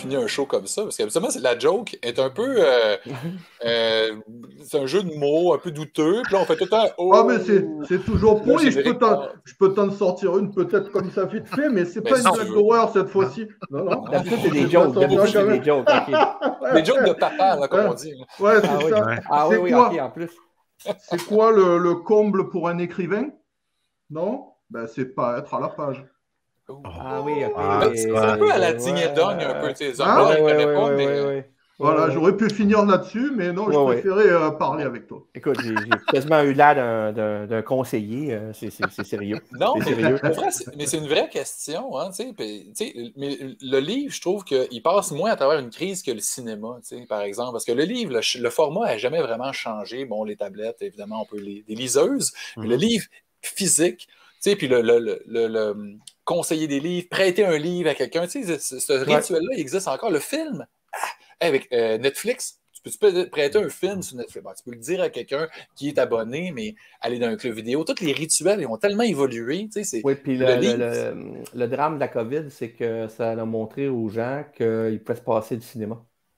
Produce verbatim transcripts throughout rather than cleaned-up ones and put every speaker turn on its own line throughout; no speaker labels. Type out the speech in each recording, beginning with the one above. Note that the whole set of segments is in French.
finit un show comme ça? Parce qu'habituellement, la joke est un peu... Euh, euh, c'est un jeu de mots un peu douteux. Puis là, on fait tout le temps... Oh,
ah, mais c'est toujours pourri. Je peux t'en
part...
sortir une peut-être comme ça vite fait, mais c'est pas une
si
blague d'horreur cette fois-ci. Non, non.
D'habitude, c'est des jokes. D'habitude, c'est des jokes. Okay.
Des jokes de papa, là, comme on dit.
Ouais, c'est
ah,
ça.
Oui. Ah oui, oui,
quoi,
ok, en plus.
C'est quoi le, le comble pour un écrivain? Non? Ben, c'est pas être à la page.
Oh.
Ah oui, ok.
Ah, c'est un peu à la Ding et Dong, un peu. Tu sais,
hein?
ouais, ouais,
pas,
ouais,
mais...
ouais, ouais.
Voilà,
ouais,
j'aurais ouais. pu finir là-dessus, mais non, je
ouais,
préférais euh, parler avec toi.
Écoute, j'ai quasiment eu l'air d'un conseiller. Euh, c'est sérieux.
Non, mais,
sérieux.
Vrai, mais c'est une vraie question. Hein, pis, mais le livre, je trouve qu'il passe moins à travers une crise que le cinéma, par exemple. Parce que le livre, le, le format n'a jamais vraiment changé. Bon, les tablettes, évidemment, on peut les des liseuses, mm-hmm. mais le livre physique, puis le, le, le, le, le conseiller des livres, prêter un livre à quelqu'un, ce, ce ouais. rituel-là, il existe encore. Le film, avec euh, Netflix, tu peux, tu peux prêter un film sur Netflix. Bon, tu peux le dire à quelqu'un qui est abonné, mais aller dans un club vidéo. Tous les rituels, ils ont tellement évolué.
Oui, puis le, le, le, le drame de la COVID, c'est que ça a montré aux gens qu'ils pouvaient se passer du cinéma.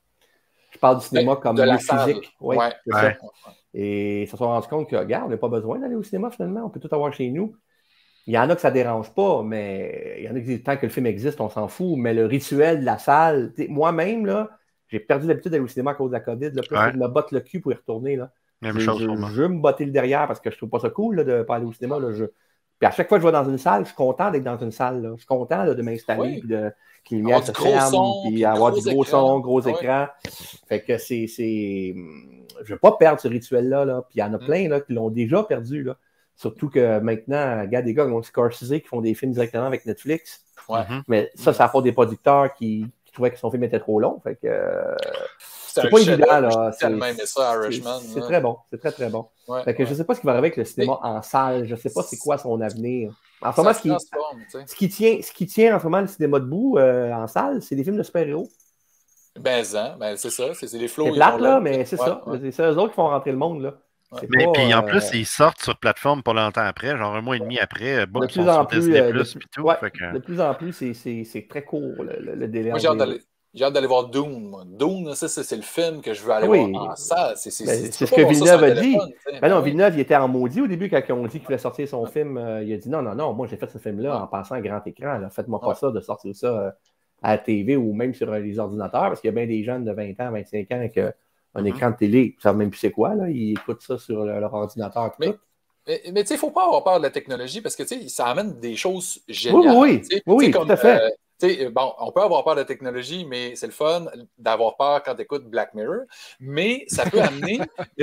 Je parle du cinéma ben, comme lieu physique. Oui,
ouais,
c'est ouais. ça. Et ils se sont rendus compte que, regarde, on n'a pas besoin d'aller au cinéma finalement, on peut tout avoir chez nous. Il y en a que ça ne dérange pas, mais il y en a qui disent tant que le film existe, on s'en fout. Mais le rituel de la salle, moi-même, là, j'ai perdu l'habitude d'aller au cinéma à cause de la COVID. Là, plus ouais. je me botte le cul pour y retourner. Là.
Même
je,
chose
je,
pour moi.
je veux me botter le derrière parce que je trouve pas ça cool là, de ne pas aller au cinéma. Là, je... Puis à chaque fois que je vais dans une salle, je suis content d'être dans une salle. Là. Je suis content là, de m'installer oui. puis de que les lumières se ferment, puis avoir du gros son, gros
ouais.
écran. Fait que c'est. Je ne veux pas perdre ce rituel-là. Là. Puis il y en a plein là, qui l'ont déjà perdu. Là. Surtout que maintenant, regarde des gars comme Scorsese qui font des films directement avec Netflix.
Ouais.
Mais ça, ça fait des producteurs qui, qui trouvaient que son film était trop long. Fait que euh, c'est pas évident. là. C'est très bon. C'est très, très bon.
Ouais,
fait que
ouais.
je sais pas ce qui va arriver avec le cinéma Mais... en salle. Je sais pas c'est quoi son avenir. En ce moment, ce qui, ce, qui tient, ce qui tient en ce moment le cinéma debout euh, en salle, c'est des films de super-héros.
Ben, ben c'est ça. C'est les flots.
C'est plate, là, mais c'est ouais, ça. Ouais. C'est eux autres qui font rentrer le monde, là.
Mais
pas,
puis en
euh...
plus, ils sortent sur plateforme pas longtemps après, genre un mois et demi après. Bon,
de plus en plus,
Disney+,
de,
puis tout,
ouais,
fait que...
de plus en plus, c'est très court le, le, le délai.
Moi, j'ai hâte d'aller voir Dune. Moi. Dune, c'est le film que je veux aller
oui.
voir en salle. C'est
ben, ce que Villeneuve a dit. Ben non, Villeneuve, il était en maudit au début quand ils ont dit qu'il voulait sortir son ouais. film. Euh, il a dit non, non, non, moi j'ai fait ce film-là ouais. en passant à grand écran. Faites-moi pas ouais. ça de sortir ça euh, à la T V ou même sur euh, les ordinateurs parce qu'il y a bien des jeunes de vingt ans, vingt-cinq ans que. Un mm-hmm. écran de télé, ils ne savent même plus c'est quoi, là. Ils écoutent ça sur le, leur ordinateur.
Mais, mais, mais tu sais, il ne faut pas avoir peur de la technologie parce que ça amène des choses géniales.
Oui, oui, oui, oui comme, tout à fait.
Euh, T'sais, bon, on peut avoir peur de la technologie, mais c'est le fun d'avoir peur quand tu écoutes Black Mirror. Mais ça peut amener,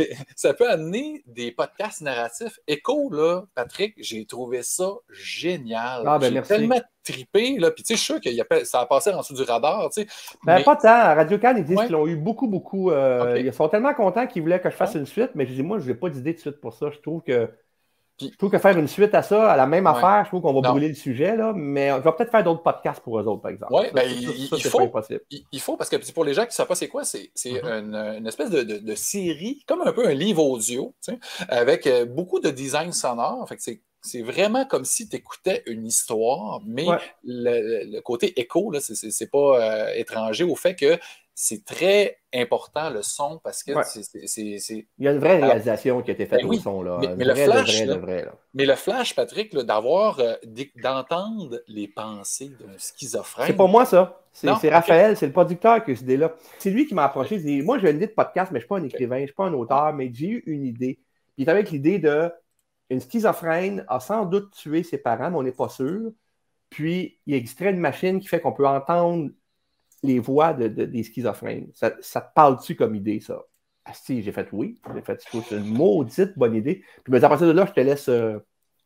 ça peut amener des podcasts narratifs. Écho, là, Patrick, j'ai trouvé ça génial.
Ah, ben,
j'ai
merci.
tellement trippé, là. Puis, tu sais, je suis sûr que ça a passé en dessous du radar, tu sais.
Ben,
mais...
pas tant. À Radio-Can, ils disent
ouais.
qu'ils l'ont eu beaucoup, beaucoup. Euh, okay. Ils sont tellement contents qu'ils voulaient que je fasse
ouais.
une suite, mais je dis, moi, je n'ai pas d'idée de suite pour ça. Je trouve que. Puis, je trouve que faire une suite à ça, à la même ouais. affaire, je trouve qu'on va non. brûler le sujet, là, mais je vais peut-être faire d'autres podcasts pour eux autres, par exemple.
Oui, ben,
ça,
il,
ça,
il, faut,
il,
il faut, parce que pour les gens qui ne savent pas c'est quoi, c'est mm-hmm. une, une espèce de, de, de série, comme un peu un livre audio, tu sais, avec beaucoup de design sonore. Fait que c'est C'est vraiment comme si tu écoutais une histoire, mais ouais. le, le côté écho, c'est pas euh, étranger au fait que c'est très important le son parce que ouais. c'est.
Il y a une vraie réalisation qui a été faite ben oui, au son. Là.
Mais, mais
vrai,
le flash,
vrai,
là,
vrai, là.
mais le flash, Patrick, d'avoir, euh, d'entendre les pensées d'un schizophrène.
C'est pas moi, ça. C'est Raphaël, okay. c'est le producteur qui a cette idée-là. C'est lui qui m'a approché. Il dit, moi, j'ai une idée de podcast, mais je ne suis pas un écrivain, je ne suis pas un auteur, mais j'ai eu une idée. Puis il est avec l'idée de. Une schizophrène a sans doute tué ses parents, mais on n'est pas sûr. Puis, il extrait une machine qui fait qu'on peut entendre les voix de, de, des schizophrènes. Ça, ça te parle-tu comme idée, ça? Ah si, j'ai fait oui. J'ai fait, c'est une maudite bonne idée. Puis, mais à partir de là, je te laisse... Euh,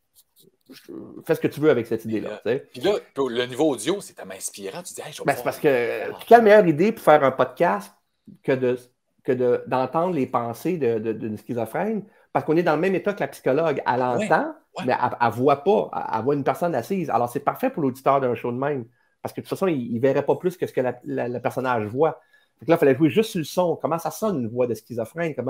je, fais ce que tu veux avec cette idée-là.
Puis là, puis là le niveau audio, c'est tellement inspirant. Tu dis, hey, je vais
ben, c'est parce que quelle meilleure idée pour faire un podcast que de que de, d'entendre les pensées d'une de, de, schizophrène? Parce qu'on est dans le même état que la psychologue. Elle entend, ouais, ouais. mais elle ne voit pas. Elle, elle voit une personne assise. Alors, c'est parfait pour l'auditeur d'un show de même. Parce que de toute façon, il ne verrait pas plus que ce que la, la, le personnage voit. Donc là, il fallait jouer juste sur le son. Comment ça sonne, une voix de schizophrène? Comment... Puis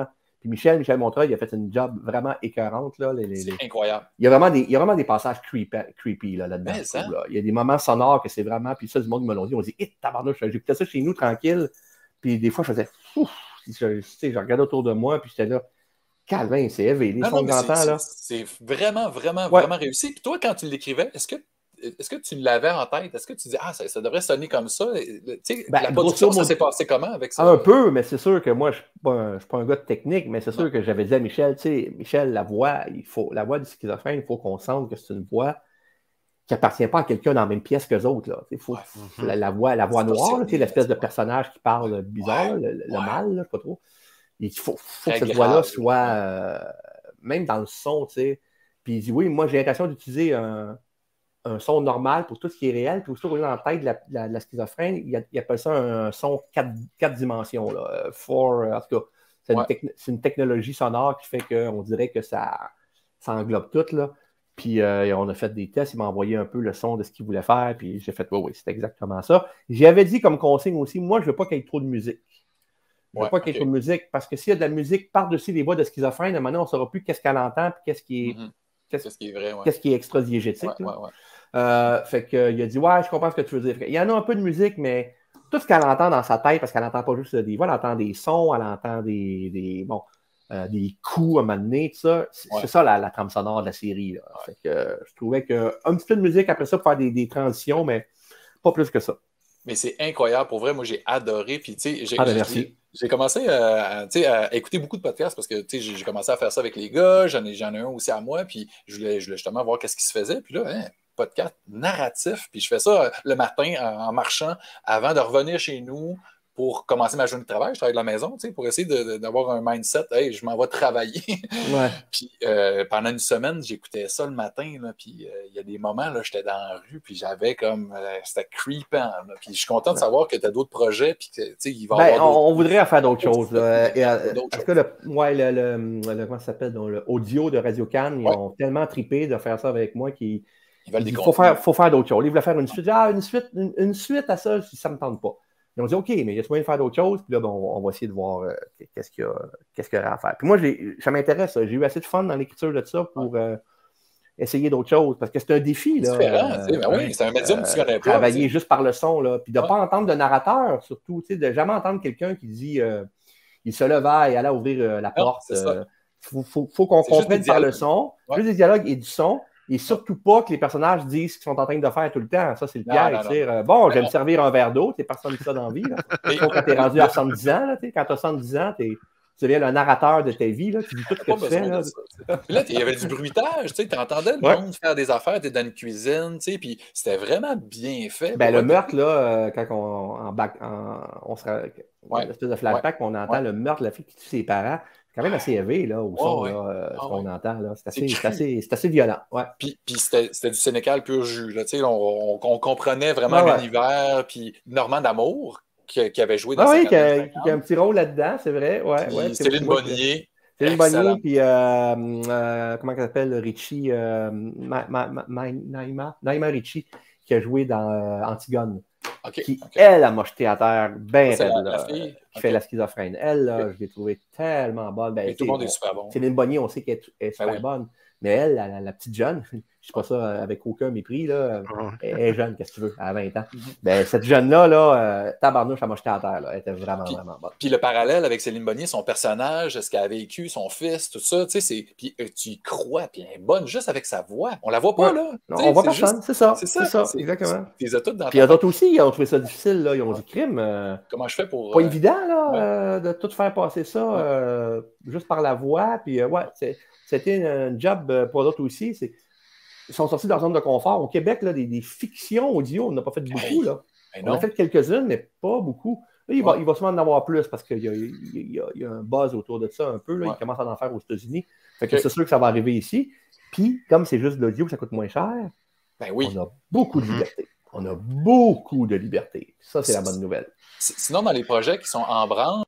Puis Michel, Michel Montreuil, il a fait une job vraiment écœurante. Là, les, les,
C'est
les...
incroyable.
Il y a vraiment des, il y a vraiment des passages creepy, creepy là, là-dedans.
Mais ça...
là. Il y a des moments sonores que c'est vraiment. Puis ça, du monde me l'ont dit. On dit, hé, tabarnouche, j'écoutais ça chez nous tranquille. Puis des fois, je faisais, ouf, je, je regardais autour de moi, puis j'étais là. Calvin, c'est élevé, les sons que j'entends, là.
C'est vraiment, vraiment,
ouais.
vraiment réussi. Puis toi, quand tu l'écrivais, est-ce que, est-ce que tu l'avais en tête? Est-ce que tu dis, ah, ça, ça devrait sonner comme ça? Tu sais,
ben,
la production, ça s'est passé comment avec ça?
Un peu, mais c'est sûr que moi, je ne suis pas un gars de technique, mais c'est sûr que j'avais dit à Michel, tu sais, Michel, la voix, il faut, la voix du schizophrène, il faut qu'on sente que c'est une voix qui n'appartient pas à quelqu'un dans la même pièce qu'eux autres. Là. Faut, ouais. faut, la, la voix, la voix noire, l'espèce de personnage qui parle bizarre, ouais. là, le, le ouais. mal, là, pas trop. Il faut, faut que cette voix-là soit, euh, même dans le son, tu sais. Puis il dit, oui, moi, j'ai l'intention d'utiliser un, un son normal pour tout ce qui est réel. Puis aussi, dans la tête de la, la, la schizophrène, il, il appelle ça un son quatre, quatre dimensions. Là. Four, en tout cas, c'est ouais. une, une technologie sonore qui fait qu'on dirait que ça, ça englobe tout, là. Puis euh, on a fait des tests, il m'a envoyé un peu le son de ce qu'il voulait faire, puis j'ai fait, oui, oui, c'est exactement ça. J'avais dit comme consigne aussi, moi, je ne veux pas qu'il y ait trop de musique. Je ne veux ouais, pas qu'il y ait okay. trop de musique, parce que s'il y a de la musique par-dessus les voix de schizophrène, à un moment donné, on ne saura plus qu'est-ce qu'elle entend, puis qu'est-ce qui est,
mm-hmm.
qu'est-ce,
qu'est-ce qui est vrai, ouais.
qu'est-ce qui est extra-diégétique.
Ouais, ouais, ouais.
Euh, fait qu'il a dit, ouais, je comprends ce que tu veux dire. Il y en a un peu de musique, mais tout ce qu'elle entend dans sa tête, parce qu'elle n'entend pas juste des voix, elle entend des sons, elle entend des, des bon, Euh, des coups à un moment donné, tout ça. C'est, ouais. c'est ça la, la trame sonore de la série. Là. Ouais. Fait que, euh, je trouvais qu'un petit peu de musique après ça pour faire des, des transitions, mais pas plus que ça.
Mais c'est incroyable. Pour vrai, moi, j'ai adoré. Puis, tu sais, j'ai,
ah, ben,
j'ai,
merci.
j'ai commencé euh, à écouter beaucoup de podcasts parce que, tu sais, j'ai, j'ai commencé à faire ça avec les gars. J'en ai, j'en ai un aussi à moi. Puis, je voulais, je voulais justement voir qu'est-ce qui se faisait. Puis là, hein, podcast narratif. Puis, je fais ça le matin en, en marchant avant de revenir chez nous pour commencer ma journée de travail. Je travaille de la maison, tu sais, pour essayer de, de, d'avoir un mindset, hey, je m'en vais travailler.
Ouais.
Puis euh, pendant une semaine, j'écoutais ça le matin, là, puis il euh, y a des moments, là, j'étais dans la rue, puis j'avais comme, euh, c'était creepant, là, puis je suis content de savoir que tu as d'autres projets, puis que, tu sais, il va y
ben,
avoir d'autres...
On, on voudrait faire d'autres choses. Là. Et, euh,
d'autres
parce choses. que le, ouais, le, le, le, comment ça s'appelle, donc, le audio de Radio Cannes, ils ouais. ont tellement trippé de faire ça avec moi qu'ils il faut faire, faut faire d'autres choses. Ils voulaient faire une suite. Ah, une suite, une, une suite à ça, ça ne me tente pas. Ils ont dit, OK, mais il y a moyen de faire d'autres choses. Puis là, ben, on, on va essayer de voir euh, qu'est-ce, qu'il y a, qu'est-ce qu'il y a à faire. Puis moi, j'ai, ça m'intéresse. J'ai eu assez de fun dans l'écriture de ça pour euh, essayer d'autres choses. Parce que c'est un défi. Là,
c'est différent. Euh, ben oui, c'est un médium euh, que tu connais pas.
Travailler
t'sais.
Juste par le son. Là, puis de ne ouais. pas entendre de narrateur, surtout. De ne jamais entendre quelqu'un qui dit euh, il se leva et allait ouvrir euh, la porte. Il euh, faut, faut, faut qu'on c'est comprenne par le son. Ouais. Juste des dialogues et du son. Et surtout pas que les personnages disent ce qu'ils sont en train de faire tout le temps. Ça, c'est le piège. Dire, euh, bon, je vais me servir un verre d'eau. T'es personne dit ça dans la vie. Là. Quand t'es rendu à soixante-dix ans, là, quand t'as soixante-dix ans, t'es, tu deviens le narrateur de ta vie. Là, tu dis tout ce que tu fais. Là,
là il y avait du bruitage. Tu entendais le ouais. monde faire des affaires. T'es dans une cuisine. Puis c'était vraiment bien fait.
Ben, le meurtre, là, euh, quand on, en bac, en, on sera, ouais. une espèce de flashback, ouais. on entend ouais. le meurtre de la fille qui tue ses parents. C'est quand même assez élevé, là, au son, oh, ouais. là, euh, oh, ce qu'on ouais. entend. Là. C'est, assez, c'est, c'est, assez, c'est assez violent. Ouais.
Puis, puis c'était, c'était du Sénécal pur jus. Là, on, on, on comprenait vraiment ouais, l'univers. Ouais. Puis Normand D'Amour, qui, qui avait joué dans
ah, oui, qui a, qui a un petit rôle là-dedans, c'est vrai. Ouais, ouais,
Céline Bonnier.
Céline Bonnier, puis euh, euh, comment elle s'appelle, Richie, euh, Ma, Ma, Ma, Ma, Naïma, Naïma Richie, qui a joué dans euh, Antigone.
Okay,
qui,
okay.
elle, a mocheté à terre, bien raide,
la,
là,
la fille.
qui
okay.
fait la schizophrène. Elle, là, okay. je l'ai trouvée tellement bonne. Ben,
tout le monde est super bon.
Céline Bonnier, on sait qu'elle est super ben oui. bonne. Mais elle, la, la, la petite jeune, je ne dis pas ça avec aucun mépris, là, elle est jeune, qu'est-ce que tu veux, à vingt ans. Mm-hmm. Ben, cette jeune-là, là, euh, tabarnouche, elle m'a jeté à terre. Là. Elle était vraiment, puis, vraiment bonne.
Puis le parallèle avec Céline Bonnier, son personnage, ce qu'elle a vécu, son fils, tout ça, tu sais, c'est... Puis euh, tu y crois, puis elle est bonne juste avec sa voix. On la voit pas, ouais. là.
Non, on voit personne, juste... c'est ça. C'est ça, c'est ça c'est, exactement.
C'est, c'est, c'est
puis les autres aussi, ils ont trouvé ça difficile, là. Ils ont dit crime. Euh,
Comment je fais pour...
Pas
euh...
évident, là,
ouais.
euh, de tout faire passer ça ouais. euh, juste par la voix. Puis, euh, ouais, c'est... C'était un job pour d'autres aussi. C'est... Ils sont sortis de leur zone de confort. Au Québec, là, des, des fictions audio, on n'a pas fait beaucoup. Hey, là. On a fait quelques-unes, mais pas beaucoup. Là, il, ouais. va, il va sûrement en avoir plus parce qu'il y a, il y a, il y a un buzz autour de ça un peu. Là. Ouais. Il commence à en faire aux États-Unis. Fait que okay. c'est sûr que ça va arriver ici. Puis, comme c'est juste de l'audio, ça coûte moins cher,
ben oui.
on a beaucoup de liberté. On a beaucoup de liberté. Ça, c'est, c'est la bonne nouvelle.
Sinon, dans les projets qui sont en branle,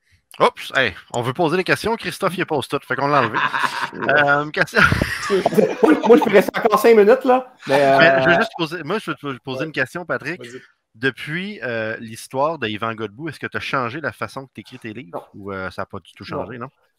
Oups, hey, on veut poser des questions. Christophe, il pose tout. Fait qu'on l'a enlevé. euh, question...
moi, je peux rester encore cinq minutes, là. Mais, euh...
mais je veux juste poser, moi, je veux te poser ouais. une question, Patrick. Vas-y. Depuis euh, l'histoire de Yvan Godbout, est-ce que tu as changé la façon que tu écris tes livres non. ou euh, ça n'a pas du tout changé, non? non?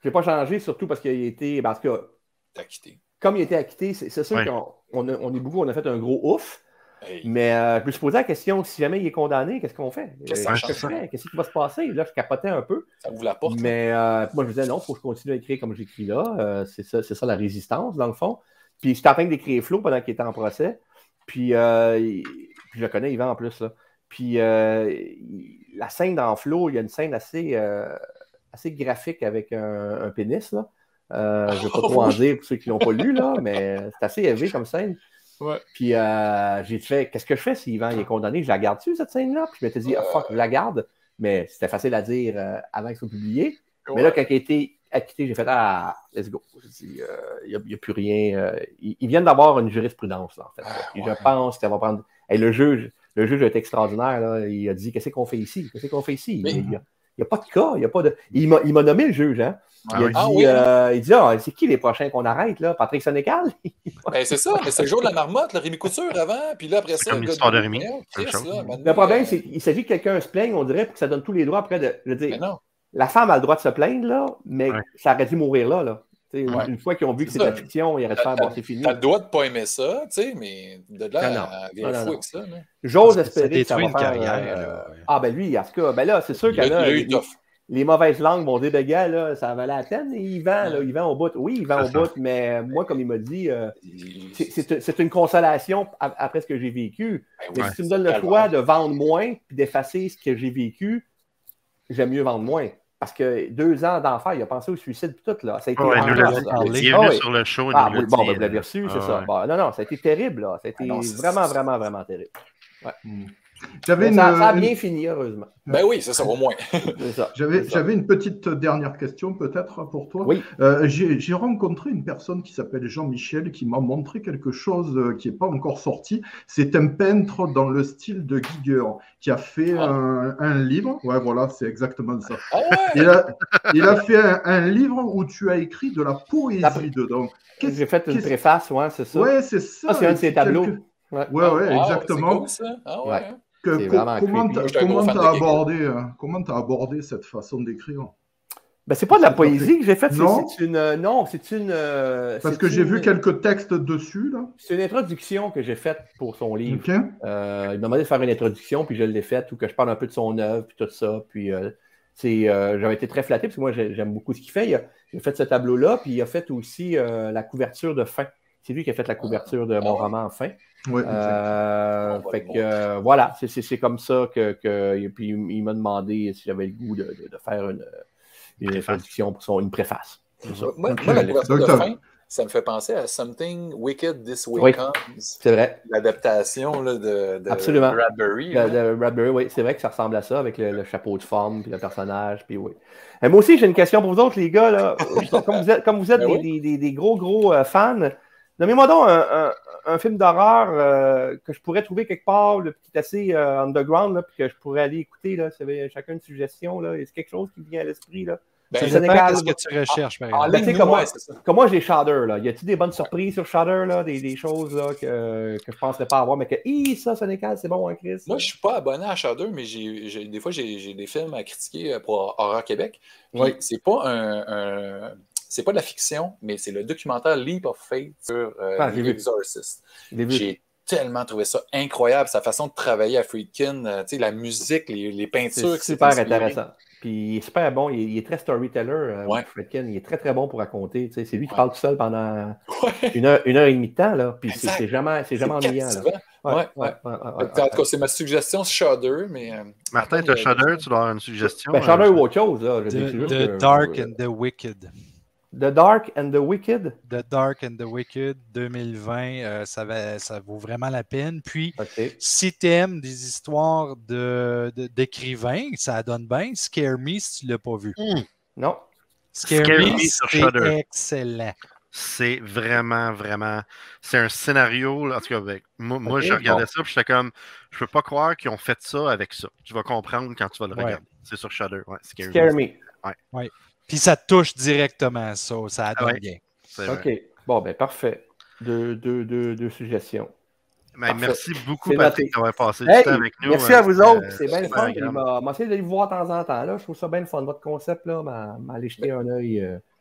Je n'ai pas changé, surtout parce qu'il a été. Parce que,
acquitté.
Comme il a été acquitté, c'est, c'est sûr
ouais.
qu'on on, a, on est beaucoup, on a fait un gros ouf.
Hey.
Mais euh, je me suis posé la question, si jamais il est condamné, qu'est-ce qu'on fait?
Qu'est-ce,
euh,
que,
qu'est-ce, que je fais? Qu'est-ce qui va se passer? Là, je capotais un peu.
Ça ouvre la porte.
Mais euh, moi, je me disais, non, il faut que je continue à écrire comme j'écris là. Euh, c'est, ça, c'est ça la résistance, dans le fond. Puis j'étais en train d'écrire Flo pendant qu'il était en procès. Puis, euh, il, puis je le connais, Yvan, en plus. Là. Puis euh, il, la scène dans Flo, il y a une scène assez, euh, assez graphique avec un, un pénis. Là. Euh, je ne vais pas trop en dire pour ceux qui ne l'ont pas lu, là, mais c'est assez élevé comme scène.
Ouais.
Puis euh, j'ai fait, qu'est-ce que je fais si Yvan il est condamné? Je la garde-tu, cette scène-là? Puis je m'étais dit, ah, fuck, je la garde. Mais c'était facile à dire euh, avant que ce soit publié. Ouais. Mais là, quand il a été acquitté, j'ai fait, ah, let's go. Il n'y euh, a, a plus rien. Euh, ils, ils viennent d'avoir une jurisprudence, là, en fait. Ah, et ouais. Je pense que ça va prendre. Hey, le juge, le juge a été extraordinaire. Là. Il a dit, qu'est-ce qu'on fait ici? Qu'est-ce qu'on fait ici? Mais... Il n'y a, a pas de cas. Il, y a pas de... il, m'a, il m'a nommé le juge, hein? Il, ah, a dit, ah, oui, euh, il dit, ah, c'est qui les prochains qu'on arrête, là? Patrick Sénécal?
Ben, c'est ça, mais c'est le jour de la marmotte, le Rémi Couture avant, puis là, après
c'est
ça,
comme l'histoire de Rémi.
Chris, là,
le problème, c'est qu'il s'agit que quelqu'un se plaigne, on dirait, pour que ça donne tous les droits après de. Je veux dire,
non.
La femme a le droit de se plaindre, là, mais ouais. Ça aurait dû mourir là, là. Ouais. Une fois qu'ils ont vu que c'est de la fiction, ils auraient dû faire, bon, c'est fini.
T'as le droit de pas aimer ça, tu sais, mais de là non, à virer fou avec ça. Là.
J'ose espérer que ça va
une
faire,
carrière.
Euh... Là, ouais. Ah, ben lui, en tout cas, ben là, c'est sûr que là, les, les mauvaises langues vont dire, ben gars, là, ça valait la peine, il vend, là, il vend au bout. Oui, il vend au bout, mais moi, comme il m'a dit, euh, c'est, c'est, c'est une consolation après ce que j'ai vécu. Ben, mais ouais. Si tu me donnes le choix de vendre moins puis d'effacer ce que j'ai vécu, j'aime mieux vendre moins. Parce que deux ans d'enfer, il a pensé au suicide et tout, là. Ça a été
oh, ouais, nous il est venu oh, sur le show.
Ah, oui, bon, ben, vous l'avez reçu, c'est ah, ça. Ouais. Bon, non, non, ça a été terrible, là. Ça a été ah, non, vraiment, vraiment, vraiment terrible. Ouais. Mm.
J'avais une,
ça, ça a
une...
bien fini, heureusement.
Ben oui, c'est ça, au moins.
c'est ça,
j'avais,
c'est ça.
j'avais une petite dernière question, peut-être, pour toi.
Oui.
Euh, j'ai, j'ai rencontré une personne qui s'appelle Jean-Michel, qui m'a montré quelque chose qui n'est pas encore sorti. C'est un peintre dans le style de Giger, qui a fait ah. un, un livre. Ouais, voilà, c'est exactement ça.
Ah ouais.
il, a, il a fait un, un livre où tu as écrit de la poésie la... dedans.
Qu'est-ce, j'ai fait une qu'est-ce... préface, ouais, c'est ça.
Ouais, c'est ça.
Ah, c'est un de ses tableaux.
Quelque... Ouais, ouais, ouais ah, exactement.
C'est cool, ça. Ah ouais.
ouais.
Que, co- comment tu as abordé, euh, comment t'as abordé cette façon d'écrire?
Ben, c'est pas de la poésie que j'ai faite,
non.
C'est, c'est une. Euh, non, c'est une. Euh,
Parce
c'est
que
une,
j'ai vu quelques textes dessus, là.
C'est une introduction que j'ai faite pour son livre.
Okay.
Euh, il m'a demandé de faire une introduction, puis je l'ai faite, ou que je parle un peu de son œuvre, puis tout ça. Puis euh, c'est, euh, j'avais été très flatté, parce que moi, j'aime beaucoup ce qu'il fait. Il a, il a fait ce tableau-là, puis il a fait aussi euh, la couverture de Fin. C'est lui qui a fait la couverture de mon roman Fin.
Oui,
euh, fait que euh, voilà, c'est, c'est, c'est comme ça que, que puis il m'a demandé si j'avais le goût de, de, de faire une, une introduction pour son une préface.
Moi, okay. moi, la couverture de Fin, ça me fait penser à Something Wicked This Way
oui,
Comes.
C'est vrai.
L'adaptation là, de, de
Absolument.
Bradbury.
De, de Bradbury, oui, c'est vrai que ça ressemble à ça avec le, le chapeau de forme puis le personnage, puis oui. Et moi aussi, j'ai une question pour vous autres, les gars là. Comme vous êtes, comme vous êtes ben des, oui. des, des, des gros gros euh, fans. Nommez-moi donc un, un, un film d'horreur euh, que je pourrais trouver quelque part, là, qui est assez euh, underground, là, puis que je pourrais aller écouter. Là, si vous avez chacun une suggestion, là, est-ce quelque chose qui vient à l'esprit? Là?
Ben, c'est Sénégal, qu'est-ce que tu recherches, par exemple?
Ben, comme, moi, comme moi, j'ai Shudder. Là. Y a-t-il des bonnes surprises sur Shudder, là, des, des choses là, que, que je ne penserais pas avoir, mais que, hi, ça, Sénégal, c'est bon, hein, Chris?
Moi, je ne suis pas abonné à Shudder, mais j'ai, j'ai, des fois, j'ai, j'ai des films à critiquer pour Horreur Québec. Oui. C'est pas un... un... C'est pas de la fiction, mais c'est le documentaire Leap of Faith sur euh, ah, Exorcist. J'ai, j'ai tellement trouvé ça incroyable, sa façon de travailler à Friedkin, euh, la musique, les, les peintures.
C'est super intéressant. Puis il est super bon, il est, il est très storyteller, euh, ouais. Friedkin. Il est très très bon pour raconter. C'est lui qui ouais. parle tout seul pendant ouais. une, heure, une heure et demie de temps. Là. Puis c'est, c'est jamais, c'est jamais ennuyant.
Ouais, ouais, ouais. ouais, ouais, ouais en tout cas, c'est ma suggestion, Shudder. Mais, euh,
Martin, tu as Shudder, tu dois avoir une suggestion.
Ben, Shudder ou autre chose. Là.
The, the Dark and the Wicked.
The Dark and the Wicked.
The Dark and the Wicked deux mille vingt, euh, ça, va, ça vaut vraiment la peine. Puis, okay. si tu aimes des histoires de, de, d'écrivains, ça donne bien. Scare Me, si tu ne l'as pas vu.
Mm. Non.
Scare, Scare Me, c'est excellent.
C'est vraiment, vraiment... C'est un scénario... Là, en tout cas, avec, moi, okay, moi, je regardais bon. ça et j'étais comme... Je peux pas croire qu'ils ont fait ça avec ça. Tu vas comprendre quand tu vas le
ouais.
regarder. C'est sur Shudder. Ouais,
Scare, Scare Me.
Me. Ouais.
ouais. Puis ça touche directement ça, ça donne ah ouais, bien.
OK. Bon, ben parfait. Deux, deux, deux, deux suggestions.
Ben, merci beaucoup, c'est Patrick, d'avoir passé
hey,
du temps avec nous.
Merci à vous euh, autres. C'est bien le fun. Il m'a, m'a essayé d'aller vous voir de temps en temps. Là. Je trouve ça bien le fun. Votre concept, là, m'a, m'a allé jeter un œil. Euh,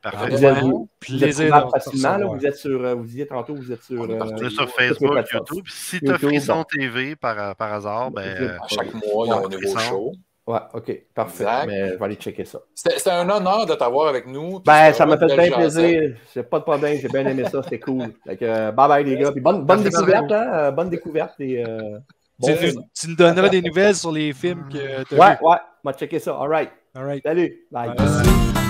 Parfait.
Vous êtes, vous, vous êtes
plaisir
facilement, là, vous êtes sur, euh, vous disiez tantôt, vous êtes sur,
euh,
sur
Facebook, YouTube. Si tu as Frisson bon. T V par, par hasard, ben,
à chaque mois, il y a un nouveau show.
Ouais, OK, parfait. Exact. Mais je vais aller checker ça.
C'était un honneur de t'avoir avec nous.
Ben, ça m'a fait bien plaisir. J'ai pas de problème, j'ai bien aimé ça, c'était cool. Donc, euh, bye bye les gars. Puis bonne, bonne découverte, hein? Bonne découverte. Et, euh,
bon tu, nous, tu nous donneras des nouvelles sur les films que tu as
Ouais,
vus.
ouais, on va checker ça. All right.
All right.
Salut. Bye.
Bye.